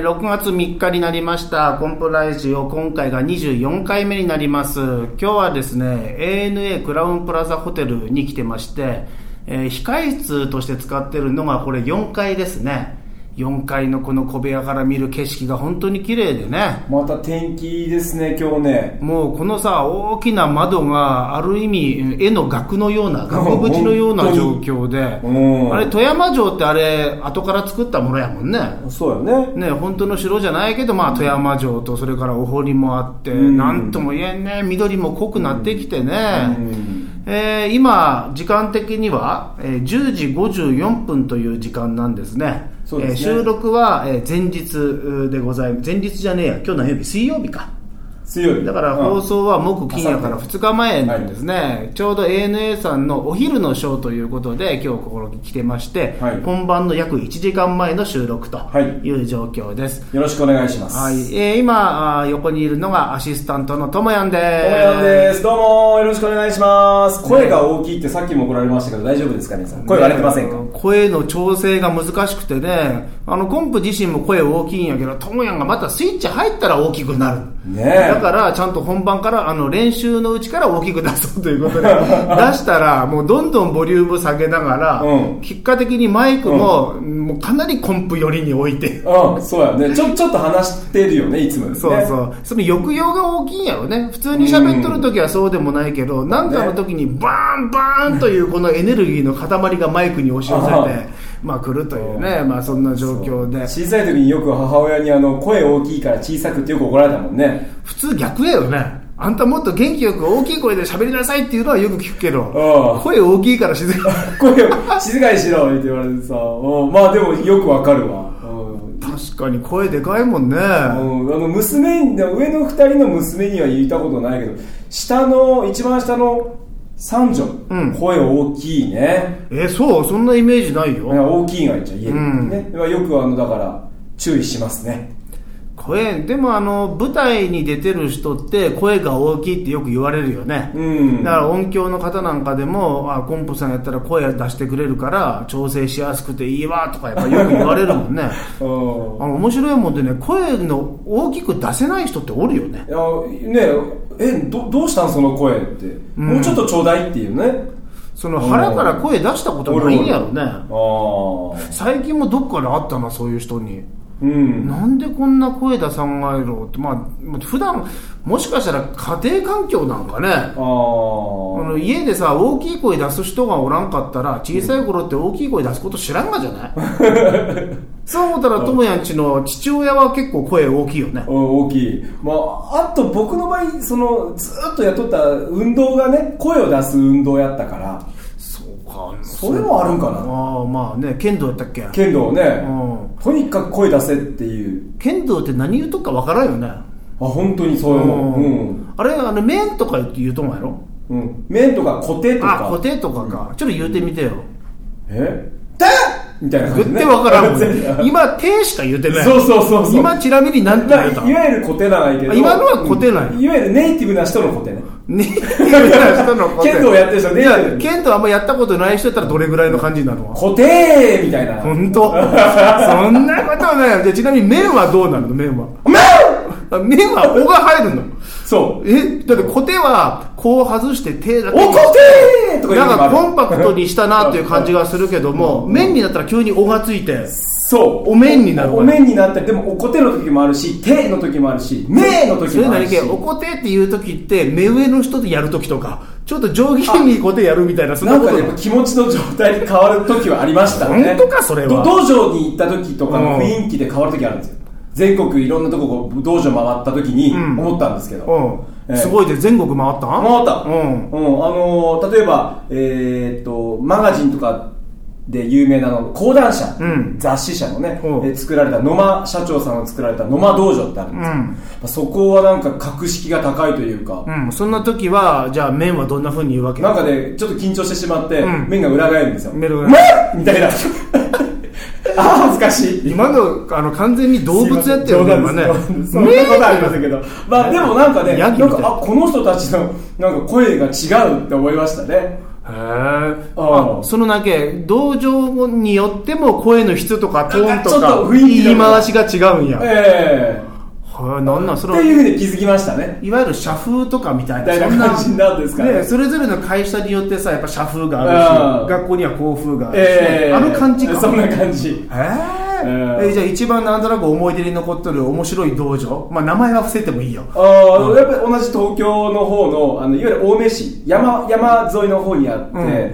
6月3日になりましたコンプラジオ、今回が24回目になります。今日はですね ANA クラウンプラザホテルに来てまして、控室として使ってるのがこれ4階ですね。4階のこの小部屋から見る景色が本当に綺麗でね。また天気ですね今日ね。 もうこのさ大きな窓がある意味絵の額のような額縁のような状況で、あれ富山城ってあれ後から作ったものやもんね。 そうよね。 本当の城じゃないけど、富山城とそれからお堀もあって、なんとも言えんね。緑も濃くなってきてね。今時間的には10時54分という時間なんですね。そうですね。収録は前日でございます。前日じゃねえや、今日何曜日？水曜日か。 水曜日だから放送は木金やから2日前なんですね、ちょうど ANA さんのお昼のショーということで今日ここに来てまして、本番の約1時間前の収録という状況です、 よろしくお願いします。 今横にいるのがアシスタントのともやんです。 ともやんです。どうもよろしくお願いします。声が大きいってさっきも来られましたけど大丈夫ですかね。声割れてませんか？ 声の調整が難しくてね、コンプ自身も声大きいんやけど、ともやんがまたスイッチ入ったら大きくなるね。だからちゃんと本番から練習のうちから大きく出そうということで出したらもうどんどんボリューム下げながら、結果的にマイクも、もうかなりコンプ寄りに置いて、 そうやね。ちょっと話してるよねいつもね。 そうその抑揚が大きいんやろね。普通に喋っとる時はそうでもないけど、なんかの時にバーンバーンというこのエネルギーの塊がマイクに押し寄せて来るというね、そんな状況で。 小さい時によく母親に声大きいから小さくってよく怒られたもんね。 普通逆やよね。あんたもっと元気よく大きい声で喋りなさいっていうのはよく聞くけど、声大きいから静か声を静かにしろって言われてさ、でもよくわかるわ。 確かに声でかいもんね。 娘上の2人の娘には言ったことないけど、一番下の三女、声大きいね。 そんなイメージないよ。 大きいが言っちゃ言えるね。よくだから注意しますね。 声でも舞台に出てる人って声が大きいってよく言われるよね、だから音響の方なんかでもコンプさんやったら声出してくれるから調整しやすくていいわとかやっぱよく言われるもんね面白いもんでね、声の大きく出せない人っておるよね。 どうしたんその声って、もうちょっとちょうだいっていうね。 その腹から声出したことないんやろね。最近もどっかであったな、そういう人に。なんでこんな声出さんがいろって、普段もしかしたら家庭環境なんかね。家でさ大きい声出す人がおらんかったら、小さい頃って大きい声出すこと知らんがじゃないそう思ったらともやんちの父親は結構声大きいよね。 大きい。あと僕の場合ずっとやっとった運動がね、声を出す運動やったから、それもあるんかな。 剣道やったっけ。 剣道ね、とにかく声出せっていう。 剣道って何言うとくかわからんよね。 本当にそういうの。 あれ面とか言うとんやろ。 面とか固定とか。 固定とかか、ちょっと言うてみてよ。 てみたいな感じね。 言ってわからんもん今手しか言うてない。 そう今ちなみに何て言うた。 いわゆる固定ないけど、 今のは固定ない、 いわゆるネイティブな人の固定ね。 ネイティブな人の固定。 剣道やってる人ね。 剣道あんまやったことない人やったらどれぐらいの感じになるの？ 固定みたいな。 本当そんなことはない。じゃちなみに面はどうなるの？面は「お」が入るの。だって固定はこう外して手だけお固定とかなんかコンパクトにしたなっていう感じがするけども、面になったら急に「お」がついてお面になる。 お面になったり、でもおこての時もあるし、手の時もあるし、目の時もあるし。 おこてっていう時って目上の人でやる時とかちょっと上品にこてやるみたいな、そんなことなんかやっぱ気持ちの状態に変わる時はありましたね。 本当かそれは。 道場に行った時とかの雰囲気で変わる時あるんですよ。全国いろんなとこ道場回った時に思ったんですけど、 すごいで全国回った例えばマガジンとかで有名な講談社、雑誌社のね、作られた野間社長さんが作られた野間道場ってあるんですよ、そこはなんか格式が高いというか、 そんな時はじゃあ面はどんな風に言うわけ？ なんかねちょっと緊張してしまって、面が裏返るんですよ。みたいな恥ずかしい。 今の完全に動物やってるね今ね。 そんなことありませんけど、でもなんかね、この人たちのなんか声が違うって思いましたね。 その道場によっても声の質とかトーンとか言い回しが違うんや。なんなんそれっていうふうに気づきましたね。 いわゆる社風とかみたいな感じなんですかね。 それぞれの会社によってさ、やっぱ社風があるし、学校には校風があるし、あの感じか。 そんな感じ。 じゃあ一番なんとなく思い出に残ってる面白い道場、まあ名前は伏せてもいいよ。 やっぱり同じ東京の方の、いわゆる青梅市、山沿いの方にあって、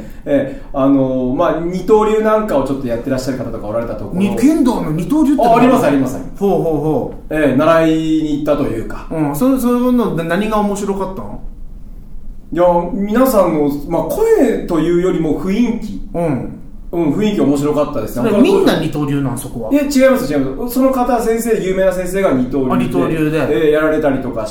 二刀流なんかをちょっとやってらっしゃる方とかおられたところ。 剣道の二刀流ってありますあります。 ほう。 習いに行ったというか。 そういうの何が面白かったの？ いや、皆さんの、声というよりも雰囲気。雰囲気面白かったですね。 みんな二刀流なん、そこは。 いや、違います。その方、有名な先生が二刀流でやられたりとかして。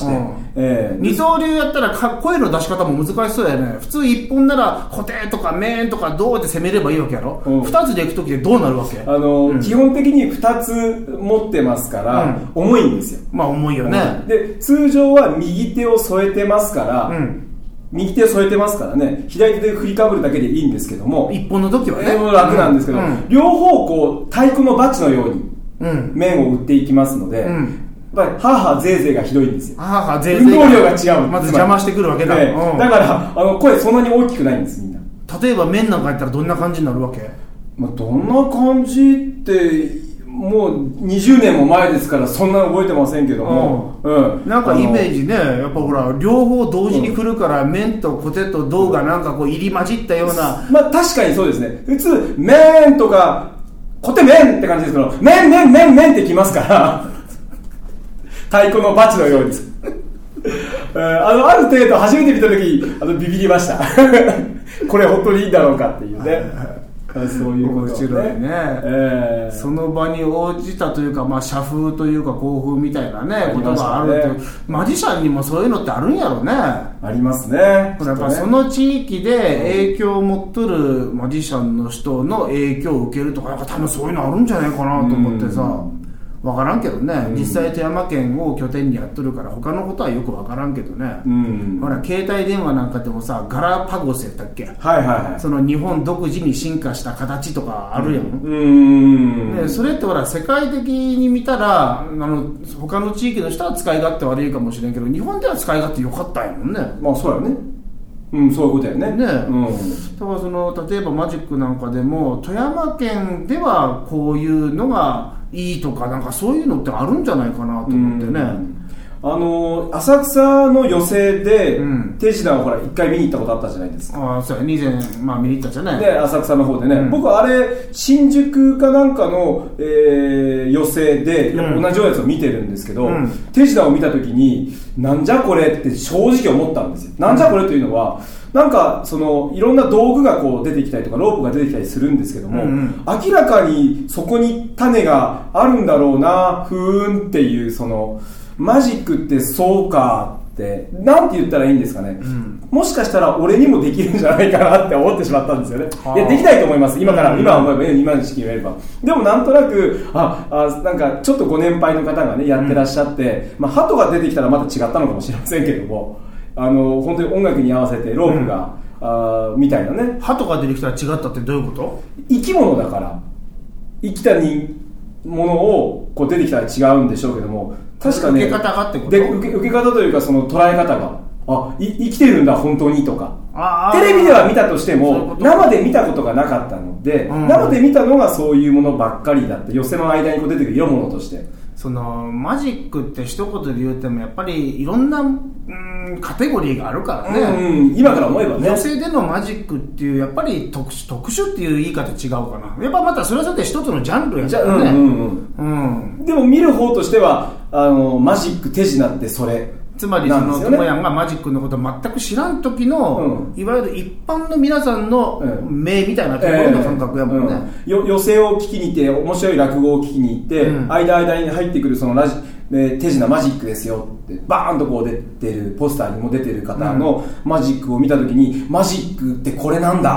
二刀流やったら声の出し方も難しそうやね。普通一本なら固定とか面とかどうやって攻めればいいわけやろ。二つでいくときでどうなるわけ？ 基本的に二つ持ってますから、重いんですよ。 まあ重いよね。 で、通常は右手を添えてますから、右手を添えてますからね、左手で振りかぶるだけでいいんですけども、 一本の時はね、 楽なんですけど、両方太鼓のバチのように面を打っていきますので、やっぱりハーゼーゼーがひどいんですよ。運動量が違う。 まず邪魔してくるわけだ。 だから声そんなに大きくないんです、みんな。 例えば面なんかやったらどんな感じになるわけ？ どんな感じってもう20年も前ですからそんな覚えてませんけども、 なんかイメージね、やっぱほら両方同時に来るから面とコテと銅がなんかこう入り混じったような、 確かにそうですね。普通面とかコテ面って感じですけど、面ってきますから太鼓のバチのようにある程度初めて見た時ビビりましたこれ本当にいいんだろうかっていうねそういうこと面白いね、その場に応じたというか、社風というか校風みたいなねことがあるという、マジシャンにもそういうのってあるんやろうね。 ありますね。 やっぱその地域で影響を持っとるマジシャンの人の影響を受けるとか、多分そういうのあるんじゃないかなと思ってさ、分からんけどね、実際富山県を拠点にやっとるから他のことはよく分からんけどね、ほら携帯電話なんかでもさ、ガラパゴスやったっけ、その日本独自に進化した形とかあるやん、でそれってほら世界的に見たら他の地域の人は使い勝手悪いかもしれんけど、日本では使い勝手良かったんやもんね。 そうやね。そういうことやね。 だから例えばマジックなんかでも富山県ではこういうのがいいとか、なんかそういうのってあるんじゃないかなと思ってね。 浅草の寄席で、手品をほら一回見に行ったことあったじゃないですか。 そうや、以前見に行ったじゃない。 で浅草の方でね、僕はあれ新宿かなんかの、寄席で同じようなやつを見てるんですけど、手品を見た時になんじゃこれって正直思ったんですよ。なんじゃこれというのは、なんかいろんな道具がこう出てきたりとかロープが出てきたりするんですけども、明らかにそこに種があるんだろうな、ふーんっていう、マジックってそうかってなんて言ったらいいんですかね、もしかしたら俺にもできるんじゃないかなって思ってしまったんですよね。いやできないと思います、今思えば、今の時期言えれば。でもなんとなくなんかちょっとご年配の方がねやってらっしゃって、鳩が出てきたらまた違ったのかもしれませんけども、本当に音楽に合わせてロープが、みたいなね。 鳩が出てきたら違ったってどういうこと？ 生き物だから生きたものをこう出てきたら違うんでしょうけども、確かね、 受け方がってこと？ 受け方というか捉え方が生きてるんだ本当にとか、テレビでは見たとしても生で見たことがなかったので、生で見たのがそういうものばっかりだって、寄席の間にこう出てくる色物として。 マジックって一言で言うてもやっぱりいろんなカテゴリーがあるからね、 今から思えばね。 寄席でのマジックっていうやっぱり特殊っていう言い方違うかな。やっぱまたそれはそれで一つのジャンルやからね。でも見る方としてはマジック手品ってそれつまり友也がマジックのことを全く知らん時の、いわゆる一般の皆さんの目みたいなところの感覚やもんね。 寄席を聞きに行って面白い落語を聞きに行って、間に入ってくる手品マジックですよってバーンとこう出てるポスターにも出てる方のマジックを見た時に、マジックってこれなんだ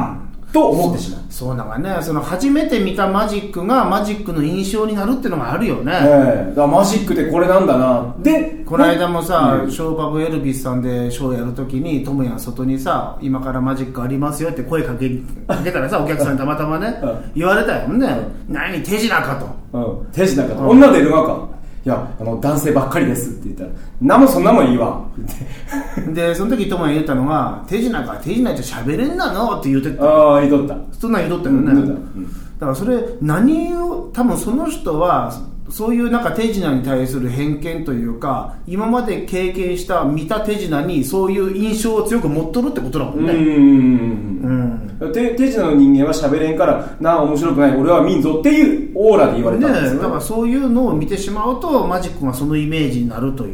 と思ってしまう。 そうなんかね、その初めて見たマジックがマジックの印象になるっていうのがあるよね。 だからマジックってこれなんだな。で、 この間もさ、ショーパブエルビスさんでショーやるときに、トムヤ外にさ、今からマジックありますよって声かけたらさ、お客さんにたまたまね、言われたよね。何、手品かと。 手品かと。女でいるのか。いや、男性ばっかりですって言ったら、そんなもんいいわで、その時トモヤ言ったのが、手品か、手品って喋れんなのって言ってた。 ああ、言っとった。 そんなん言っとったよね。だからそれ、多分その人は、そういうなんか手品に対する偏見というか、今まで経験した見た手品にそういう印象を強く持っとるってことだもんね。 手品の人間は喋れんからな、面白くない、俺は見んぞっていうオーラで言われたんですよね。 だからそういうのを見てしまうとマジックがそのイメージになるという、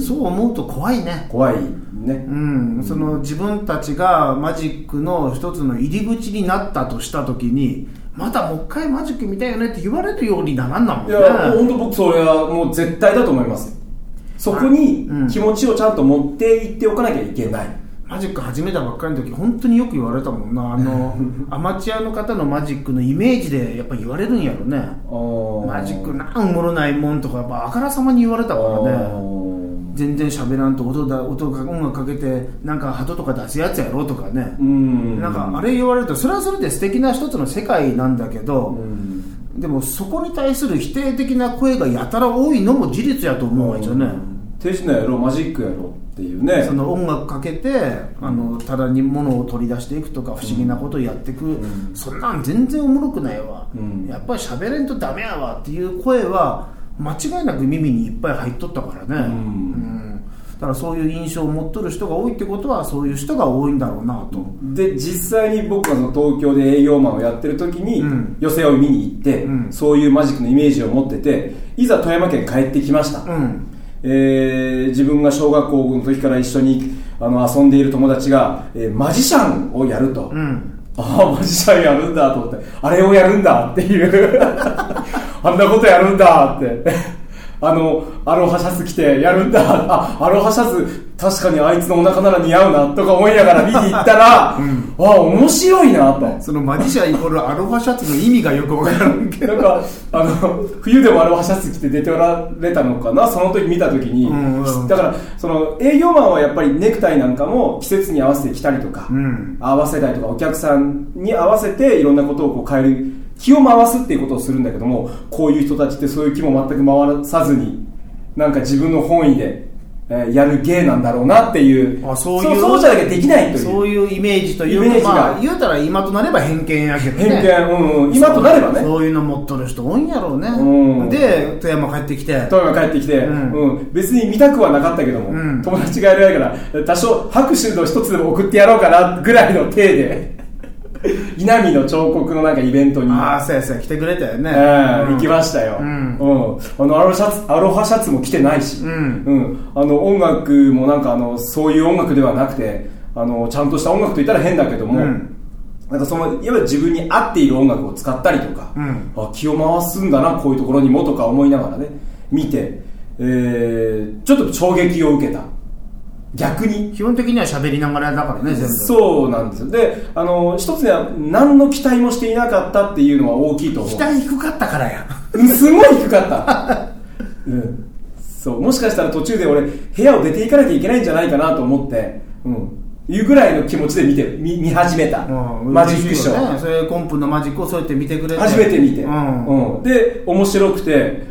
そう思うと怖いね。 怖いね。 その自分たちがマジックの一つの入り口になったとした時に、またもう一回マジック見たいよねって言われるようにならんなもんね。 いや、本当僕それはもう絶対だと思いますよ。そこに気持ちをちゃんと持っていっておかなきゃいけない。 マジック始めたばっかりの時本当によく言われたもんな。アマチュアの方のマジックのイメージでやっぱ言われるんやろね。マジックなんおもろないもんとかあからさまに言われたからね。全然喋らんと音楽かけてなんか鳩とか出すやつやろとかね。なんかあれ言われるとそれはそれで素敵な一つの世界なんだけど、でもそこに対する否定的な声がやたら多いのも事実やと思うわけですよね。 手品やろ、マジックやろっていうね。 その音楽かけてただに物を取り出していくとか不思議なことをやっていく、そんなん全然おもろくないわ、やっぱり喋れんとダメやわっていう声は間違いなく耳にいっぱい入っとったからね。だからそういう印象を持っとる人が多いってことはそういう人が多いんだろうなと。 で実際に僕はその東京で営業マンをやってる時に寄せを見に行って、そういうマジックのイメージを持ってて、いざ富山県帰ってきました、自分が小学校の時から一緒に遊んでいる友達が、マジシャンをやると、マジシャンやるんだと思って、あれをやるんだっていうあんなことやるんだってアロハシャツ着てやるんだ、アロハシャツ確かにあいつのお腹なら似合うなとか思いながら見に行ったら面白いなと。 そのマジシャンイコールアロハシャツの意味がよくわからんけど、 なんか冬でもアロハシャツ着て出ておられたのかな、その時見た時に、だからその営業マンはやっぱりネクタイなんかも季節に合わせて着たりとか、合わせたりとか、お客さんに合わせていろんなことをこう変える、気を回すっていうことをするんだけども、こういう人たちってそういう気も全く回さずに、なんか自分の本意で、やる芸なんだろうなっていう、そうじゃなきゃできないという、 そういうイメージというか、言うたら今となれば偏見やけどね。 偏見、今となればね。 そういうの持っとる人多いんやろうね。で、富山帰ってきて、 別に見たくはなかったけども、友達がやるやから多少拍手の一つでも送ってやろうかなぐらいの体で稲見の彫刻のなんかイベントに来てくれたよね、 行きましたよ、アロハシャツも着てないし、音楽もなんかそういう音楽ではなくてちゃんとした音楽といったら変だけども、なんかそのいわゆる自分に合っている音楽を使ったりとか、気を回すんだなこういうところにもとか思いながらね見て、ちょっと衝撃を受けた。逆に基本的には喋りながらだからね、全部そうなんですよ。で一つには何の期待もしていなかったっていうのは大きいと思う。 期待低かったからやすごい低かったそうもしかしたら途中で俺部屋を出ていかなきゃいけないんじゃないかなと思って、いうぐらいの気持ちで見始めた、マジックショー、 それコンプのマジックをそうやって見てくれて初めて見て、で面白くて、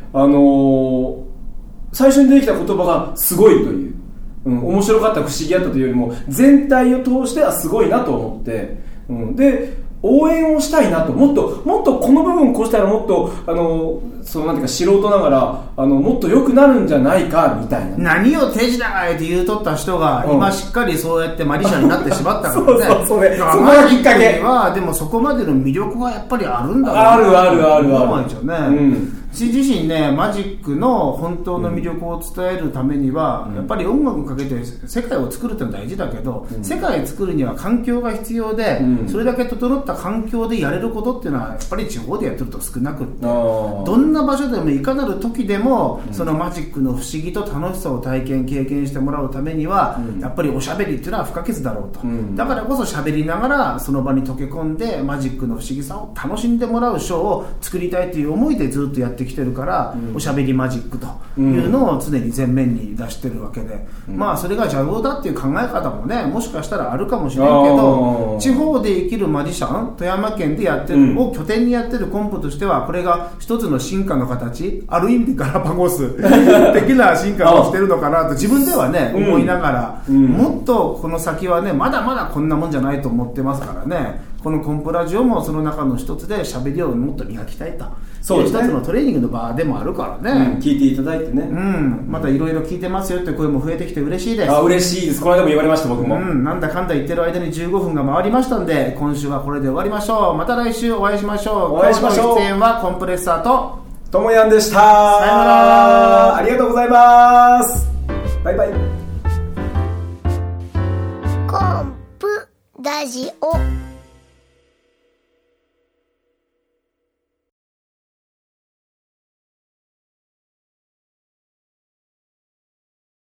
最初に出てきた言葉がすごいという、面白かった、不思議だったというよりも全体を通してはすごいなと思って、で応援をしたいなと、もっとこの部分こうしたらもっとそのなんていうか素人ながらもっと良くなるんじゃないかみたいな、 何を手品がって言うとった人が今しっかりそうやってマジシャンになってしまったからねそこがきっかけはでもそこまでの魅力はやっぱりあるんだろうある、 自身ね、マジックの本当の魅力を伝えるためには、やっぱり音楽をかけて世界を作るってのは大事だけど、世界を作るには環境が必要で、それだけ整った環境でやれることっていうのはやっぱり地方でやってると少なくって、どんな場所でもいかなる時でも、そのマジックの不思議と楽しさを経験してもらうためには、やっぱりおしゃべりっていうのは不可欠だろうと、だからこそしゃべりながらその場に溶け込んでマジックの不思議さを楽しんでもらうショーを作りたいという思いでずっとやってきてるから、おしゃべりマジックというのを常に前面に出してるわけで、まあそれが邪道だっていう考え方もね、もしかしたらあるかもしれんけど、地方で生きるマジシャン、富山県でやってる、を拠点にやってるコンプとしては、これが一つの進化の形、ある意味でガラパゴス的な進化をしてるのかなと自分ではね、思いながら、もっとこの先はね、まだまだこんなもんじゃないと思ってますからね。このコンプラジオもその中の一つで喋りをもっと磨きたいと、そうですね、一つのトレーニングの場でもあるからね、 聞いていただいてね、 またいろいろ聞いてますよって声も増えてきて嬉しいです。 嬉しいです。この間も言われました。僕も、 なんだかんだ言ってる間に15分が回りましたんで、今週はこれで終わりましょう。また来週お会いしましょう。今日の出演はコンプレッサーとともやんでした。 さよなら。 ありがとうございます。バイバイ。 コンプラジオ